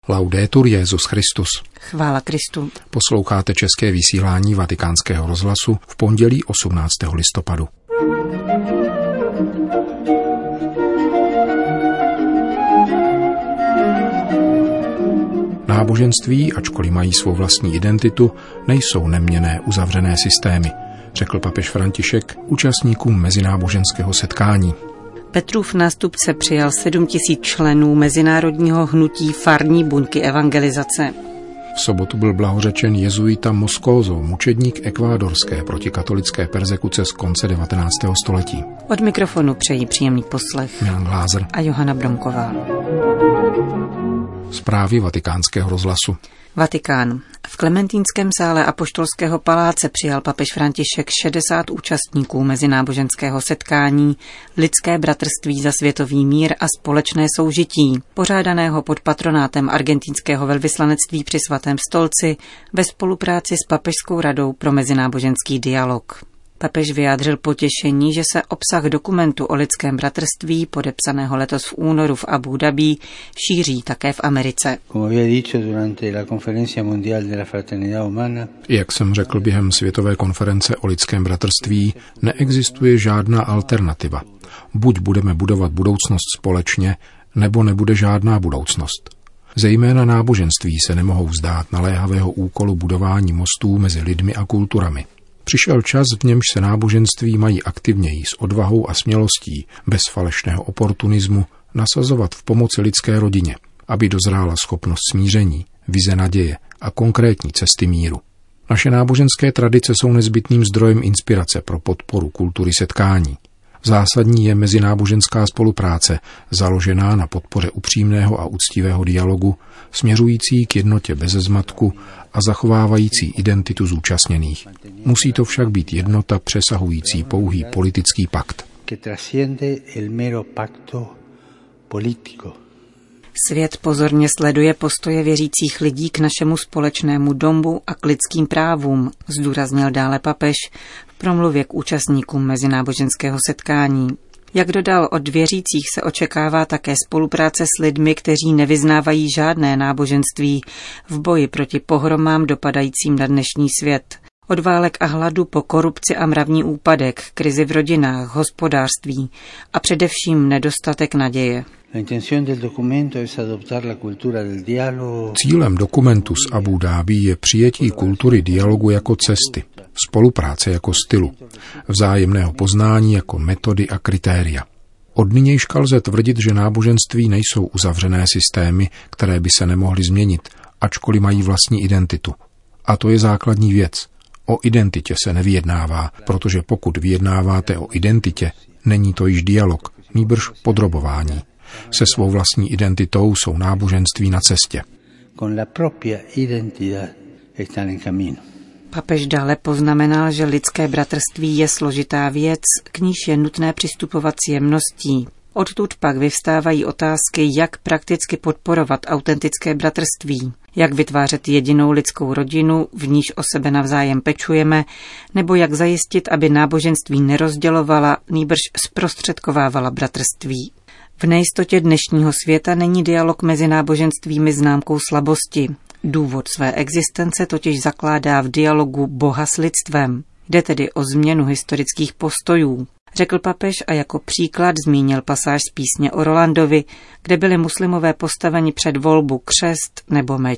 Laudetur Jesus Christus. Chvála Kristu. Posloucháte české vysílání Vatikánského rozhlasu v pondělí 18. listopadu. Náboženství, ačkoliv mají svou vlastní identitu, nejsou neměnné uzavřené systémy, řekl papež František účastníkům mezináboženského setkání. Petrův nástupce přijal 7 000 členů mezinárodního hnutí farní buňky evangelizace. V sobotu byl blahořečen jezuita Moscoso, mučedník ekvádorské protikatolické perzekuce z konce 19. století. Od mikrofonu přejí příjemný poslech Milan Glázer a Johana Bromková. Zprávy Vatikánského rozhlasu. Vatikán. V Klementínském sále Apoštolského paláce přijal papež František 60 účastníků mezináboženského setkání Lidské bratrství za světový mír a společné soužití, pořádaného pod patronátem argentinského velvyslanectví při Svatém stolci ve spolupráci s Papežskou radou pro mezináboženský dialog. Papež vyjádřil potěšení, že se obsah dokumentu o lidském bratrství, podepsaného letos v únoru v Abu Dhabi, šíří také v Americe. Jak jsem řekl během světové konference o lidském bratrství, neexistuje žádná alternativa. Buď budeme budovat budoucnost společně, nebo nebude žádná budoucnost. Zejména náboženství se nemohou vzdát naléhavého úkolu budování mostů mezi lidmi a kulturami. Přišel čas, v němž se náboženství mají aktivněji s odvahou a smělostí, bez falešného oportunismu, nasazovat v pomoci lidské rodině, aby dozrála schopnost smíření, vize naděje a konkrétní cesty míru. Naše náboženské tradice jsou nezbytným zdrojem inspirace pro podporu kultury setkání. Zásadní je mezináboženská spolupráce, založená na podpoře upřímného a uctivého dialogu, směřující k jednotě beze zmatku a zachovávající identitu zúčastněných. Musí to však být jednota přesahující pouhý politický pakt. Svět pozorně sleduje postoje věřících lidí k našemu společnému domu a k lidským právům, zdůraznil dále papež v promluvě k účastníkům mezináboženského setkání. Jak dodal, od věřících se očekává také spolupráce s lidmi, kteří nevyznávají žádné náboženství v boji proti pohromám dopadajícím na dnešní svět. Od válek a hladu po korupci a mravní úpadek, krizi v rodinách, hospodářství a především nedostatek naděje. Cílem dokumentu z Abu Dhabi je přijetí kultury dialogu jako cesty, spolupráce jako stylu, vzájemného poznání jako metody a kritéria. Od nynějška lze tvrdit, že náboženství nejsou uzavřené systémy, které by se nemohly změnit, ačkoliv mají vlastní identitu. A to je základní věc. O identitě se nevyjednává, protože pokud vyjednáváte o identitě, není to již dialog, nýbrž podrobování. Se svou vlastní identitou jsou náboženství na cestě. Papež dále poznamenal, že lidské bratrství je složitá věc, k níž je nutné přistupovat s jemností. Odtud pak vyvstávají otázky, jak prakticky podporovat autentické bratrství, jak vytvářet jedinou lidskou rodinu, v níž o sebe navzájem pečujeme, nebo jak zajistit, aby náboženství nerozdělovala, nýbrž zprostředkovávala bratrství. V nejistotě dnešního světa není dialog mezi náboženstvími známkou slabosti. Důvod své existence totiž zakládá v dialogu Boha s lidstvem. Jde tedy o změnu historických postojů, řekl papež a jako příklad zmínil pasáž z písně o Rolandovi, kde byli muslimové postaveni před volbu křest nebo meč.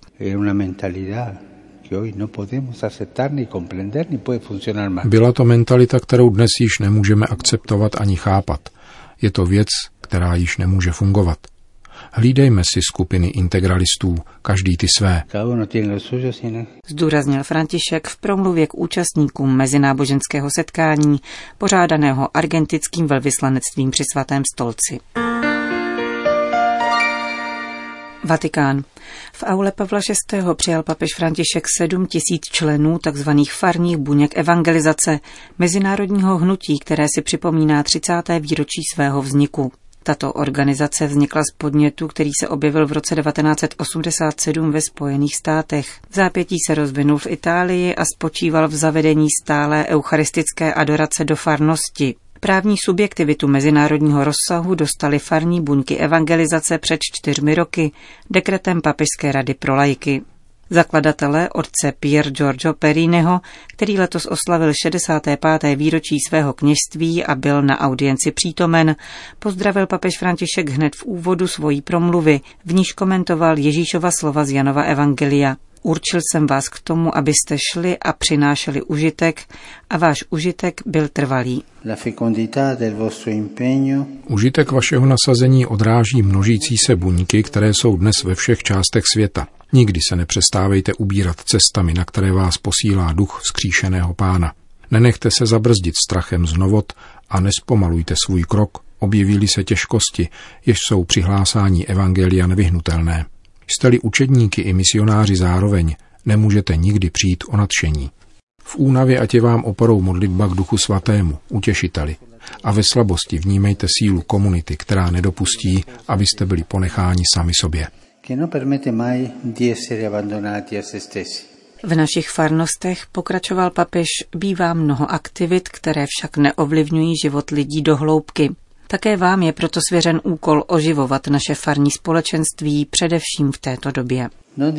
Byla to mentalita, kterou dnes již nemůžeme akceptovat ani chápat. Je to věc, která již nemůže fungovat. Hlídejme si skupiny integralistů, každý ty své. Zdůraznil František v promluvě k účastníkům mezináboženského setkání, pořádaného argentinským velvyslanectvím při Svatém stolci. Vatikán. V aule Pavla VI. Přijal papež František 7 000 členů tzv. Farních buněk evangelizace, mezinárodního hnutí, které si připomíná 30. výročí svého vzniku. Tato organizace vznikla z podnětu, který se objevil v roce 1987 ve Spojených státech. Vzápětí se rozvinul v Itálii a spočíval v zavedení stálé eucharistické adorace do farnosti. Právní subjektivitu mezinárodního rozsahu dostaly farní buňky evangelizace před 4 roky dekretem Papežské rady pro laiky. Zakladatelé otce Pier Giorgio Perineho, který letos oslavil 65. výročí svého kněžství a byl na audienci přítomen, pozdravil papež František hned v úvodu svojí promluvy, v níž komentoval Ježíšova slova z Janova evangelia. Určil jsem vás k tomu, abyste šli a přinášeli užitek, a váš užitek byl trvalý. Užitek vašeho nasazení odráží množící se buňky, které jsou dnes ve všech částech světa. Nikdy se nepřestávejte ubírat cestami, na které vás posílá duch vzkříšeného Pána. Nenechte se zabrzdit strachem z novot a nespomalujte svůj krok, objeví-li se těžkosti, jež jsou při hlásání evangelia nevyhnutelné. Jste-li učedníky i misionáři zároveň, nemůžete nikdy přijít o nadšení. V únavě ať je vám oporou modlitba k Duchu Svatému, utěšiteli, a ve slabosti vnímejte sílu komunity, která nedopustí, abyste byli ponecháni sami sobě. V našich farnostech, pokračoval papež, bývá mnoho aktivit, které však neovlivňují život lidí do hloubky. Také vám je proto svěřen úkol oživovat naše farní společenství především v této době.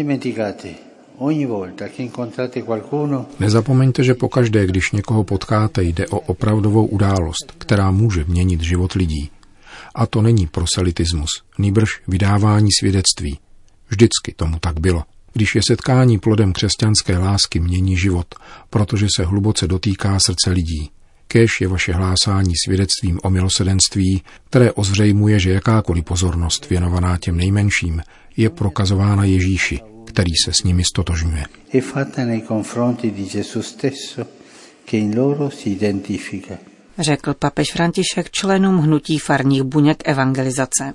Nezapomeňte, že pokaždé, když někoho potkáte, jde o opravdovou událost, která může měnit život lidí. A to není proselitismus, nýbrž vydávání svědectví. Vždycky tomu tak bylo. Když je setkání plodem křesťanské lásky, mění život, protože se hluboce dotýká srdce lidí. Kéž je vaše hlásání svědectvím o milosrdenství, které ozřejmuje, že jakákoliv pozornost věnovaná těm nejmenším je prokazována Ježíši, který se s nimi stotožňuje. Řekl papež František členům hnutí farních buněk evangelizace.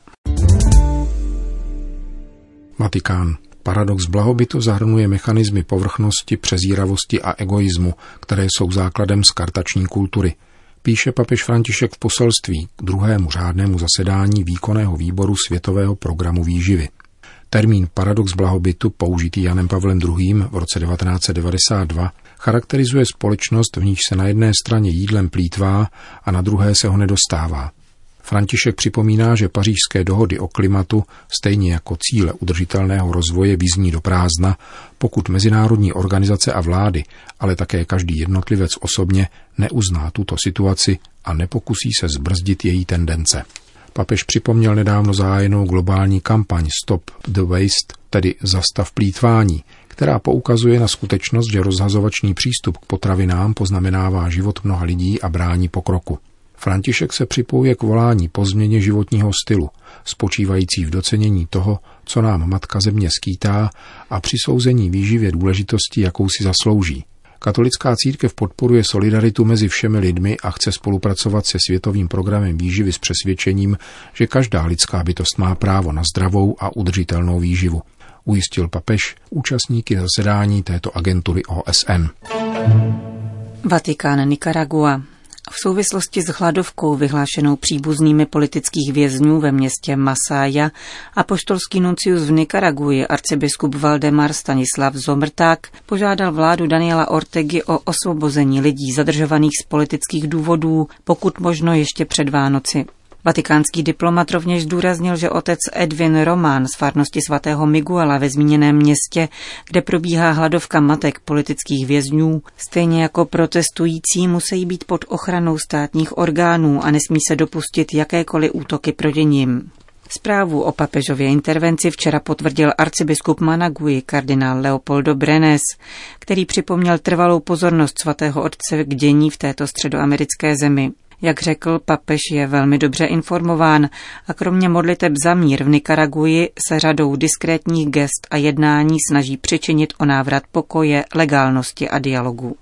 Vatikán. Paradox blahobytu zahrnuje mechanismy povrchnosti, přezíravosti a egoismu, které jsou základem skartační kultury. Píše papež František v poselství k 2. řádnému zasedání výkonného výboru Světového programu výživy. Termín paradox blahobytu, použitý Janem Pavlem II. V roce 1992, charakterizuje společnost, v níž se na jedné straně jídlem plýtvá a na druhé se ho nedostává. František připomíná, že pařížské dohody o klimatu, stejně jako cíle udržitelného rozvoje, vyzní do prázdna, pokud mezinárodní organizace a vlády, ale také každý jednotlivec osobně neuzná tuto situaci a nepokusí se zbrzdit její tendence. Papež připomněl nedávno zahájenou globální kampaň Stop the Waste, tedy Zastav plýtvání, která poukazuje na skutečnost, že rozhazovačný přístup k potravinám poznamenává život mnoha lidí a brání pokroku. František se připojuje k volání po změně životního stylu, spočívající v docenění toho, co nám Matka Země skýtá, a přisouzení výživě důležitosti, jakou si zaslouží. Katolická církev podporuje solidaritu mezi všemi lidmi a chce spolupracovat se Světovým programem výživy s přesvědčením, že každá lidská bytost má právo na zdravou a udržitelnou výživu, ujistil papež účastníky zasedání této agentury OSN. Vatikán, Nikaragua. V souvislosti s hladovkou vyhlášenou příbuznými politických vězňů ve městě Masaya apoštolský nuncius v Nikaraguji arcibiskup Valdemar Stanislav Zomrták požádal vládu Daniela Ortegy o osvobození lidí zadržovaných z politických důvodů, pokud možno ještě před Vánoci. Vatikánský diplomat rovněž zdůraznil, že otec Edwin Román z farnosti svatého Miguela ve zmíněném městě, kde probíhá hladovka matek politických vězňů, stejně jako protestující musí být pod ochranou státních orgánů a nesmí se dopustit jakékoliv útoky proti nim. Zprávu o papežově intervenci včera potvrdil arcibiskup Managui kardinál Leopoldo Brenes, který připomněl trvalou pozornost svatého otce k dění v této středoamerické zemi. Jak řekl, papež je velmi dobře informován a kromě modliteb za mír v Nikaraguji se řadou diskrétních gest a jednání snaží přičinit o návrat pokoje, legálnosti a dialogu.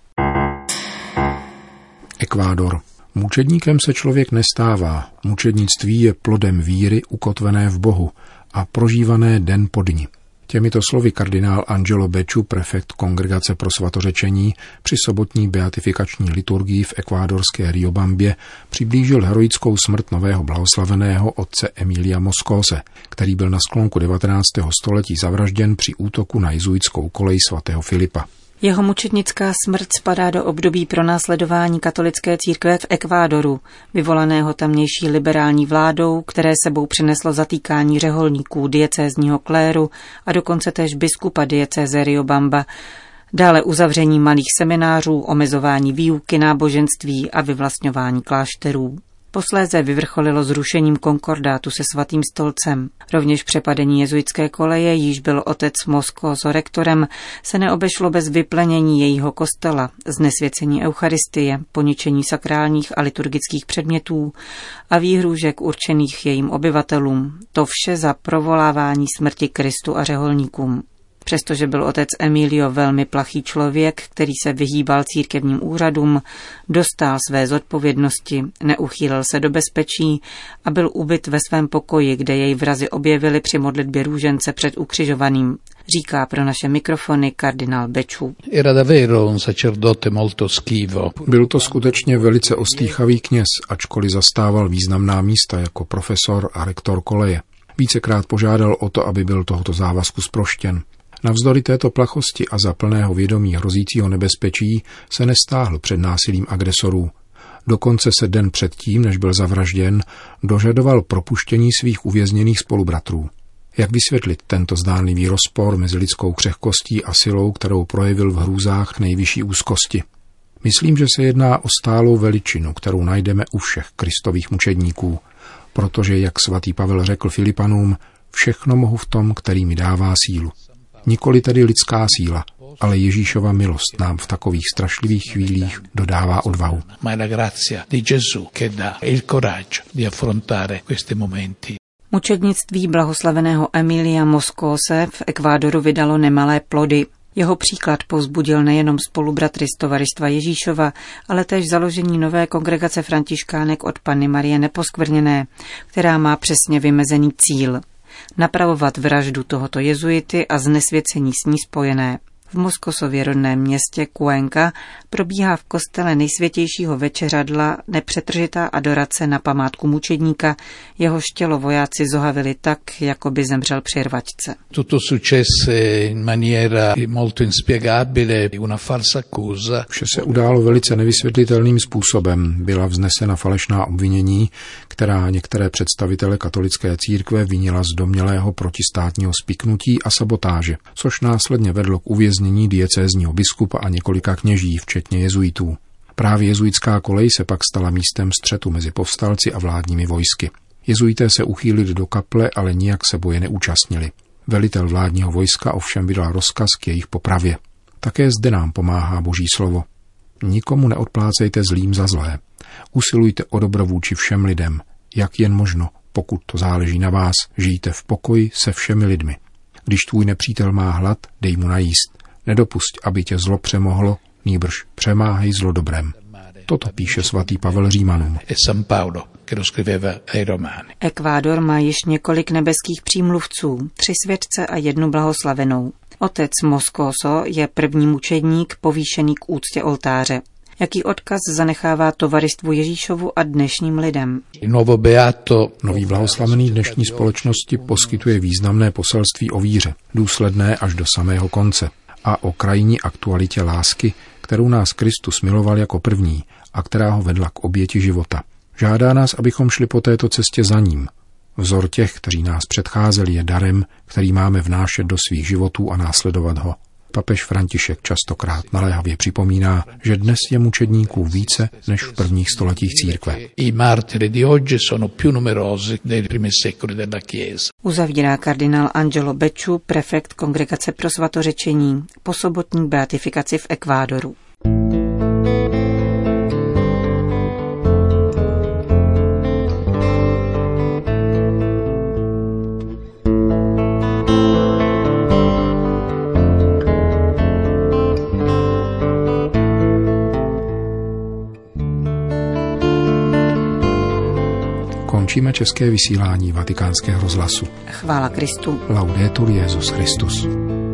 Ekvádor. Mučedníkem se člověk nestává. Mučednictví je plodem víry ukotvené v Bohu a prožívané den po dni. Těmito slovy kardinál Angelo Becciu, prefekt Kongregace pro svatořečení, při sobotní beatifikační liturgii v ekvádorské Riobambě přiblížil heroickou smrt nového blahoslaveného otce Emilia Moscose, který byl na sklonku 19. století zavražděn při útoku na jezuitskou kolej svatého Filipa. Jeho mučednická smrt spadá do období pronásledování katolické církve v Ekvádoru, vyvolaného tamnější liberální vládou, které sebou přineslo zatýkání řeholníků diecézního kléru a dokonce též biskupa diecéze Riobamba, dále uzavření malých seminářů, omezování výuky náboženství a vyvlastňování klášterů. Posléze vyvrcholilo zrušením konkordátu se Svatým stolcem. Rovněž přepadení jezuitské koleje, jíž byl otec Moscoso rektorem, se neobešlo bez vyplenění jejího kostela, znesvěcení eucharistie, poničení sakrálních a liturgických předmětů a výhrůžek určených jejím obyvatelům. To vše za provolávání smrti Kristu a řeholníkům. Přestože byl otec Emilio velmi plachý člověk, který se vyhýbal církevním úřadům, dostál své zodpovědnosti, neuchýlil se do bezpečí a byl ubyt ve svém pokoji, kde jej vrazi objevili při modlitbě růžence před ukřižovaným, říká pro naše mikrofony kardinál Becciu. Byl to skutečně velice ostýchavý kněz, ačkoliv zastával významná místa jako profesor a rektor koleje. Vícekrát požádal o to, aby byl tohoto závazku zproštěn. Navzdory této plachosti a za plného vědomí hrozícího nebezpečí se nestáhl před násilím agresorů. Dokonce se den předtím, než byl zavražděn, dožadoval propuštění svých uvězněných spolubratrů. Jak vysvětlit tento zdánlivý rozpor mezi lidskou křehkostí a silou, kterou projevil v hrůzách nejvyšší úzkosti? Myslím, že se jedná o stálou veličinu, kterou najdeme u všech Kristových mučedníků, protože, jak svatý Pavel řekl Filipanům, všechno mohu v tom, který mi dává sílu. Nikoli tedy lidská síla, ale Ježíšova milost nám v takových strašlivých chvílích dodává odvahu. Mučednictví blahoslaveného Emilia Moscose v Ekvádoru vydalo nemalé plody. Jeho příklad povzbudil nejenom spolubratry z Tovaristva Ježíšova, ale též založení nové kongregace františkánek od Panny Marie Neposkvrněné, která má přesně vymezený cíl – napravovat vraždu tohoto jezuity a znesvěcení s ní spojené. V Moscosově rodném městě Cuenca probíhá v kostele nejsvětějšího večeřadla nepřetržitá adorace na památku mučedníka, jehož tělo vojáci zohavili tak, jako by zemřel při rvačce. Vše se událo velice nevysvětlitelným způsobem. Byla vznesena falešná obvinění, která některé představitele katolické církve vinila z domnělého protistátního spiknutí a sabotáže, což následně vedlo k uvěznění diecézního biskupa a několika kněží, včetně jezuitů. Právě jezuitská kolej se pak stala místem střetu mezi povstalci a vládními vojsky. Jezuité se uchýlili do kaple, ale nijak se boje neúčastnili. Velitel vládního vojska ovšem vydal rozkaz k jejich popravě. Také zde nám pomáhá Boží slovo. Nikomu neodplácejte zlým za zlé. Usilujte o dobro vůči všem lidem, jak jen možno, pokud to záleží na vás, žijte v pokoji se všemi lidmi. Když tvůj nepřítel má hlad, dej mu najíst. Nedopusť, aby tě zlo přemohlo, nýbrž přemáhej zlo dobrem. Toto píše svatý Pavel Římanům. Ekvádor má již několik nebeských přímluvců, 3 světce a 1 blahoslavenou. Otec Moscoso je první mučedník povýšený k úctě oltáře. Jaký odkaz zanechává Tovaristvu Ježíšovu a dnešním lidem? Nový blahoslavený dnešní společnosti poskytuje významné poselství o víře, důsledné až do samého konce, a o krajní aktualitě lásky, kterou nás Kristus miloval jako první a která ho vedla k oběti života. Žádá nás, abychom šli po této cestě za ním. Vzor těch, kteří nás předcházeli, je darem, který máme vnášet do svých životů a následovat ho. Papež František častokrát naléhavě připomíná, že dnes je mučedníků více než v prvních stoletích církve. Uzavírá kardinál Angelo Becciu, prefekt Kongregace pro svatořečení, po sobotní beatifikaci v Ekvádoru. Končíme české vysílání Vatikánského rozhlasu. Chvála Kristu. Laudetur Jesus Christus.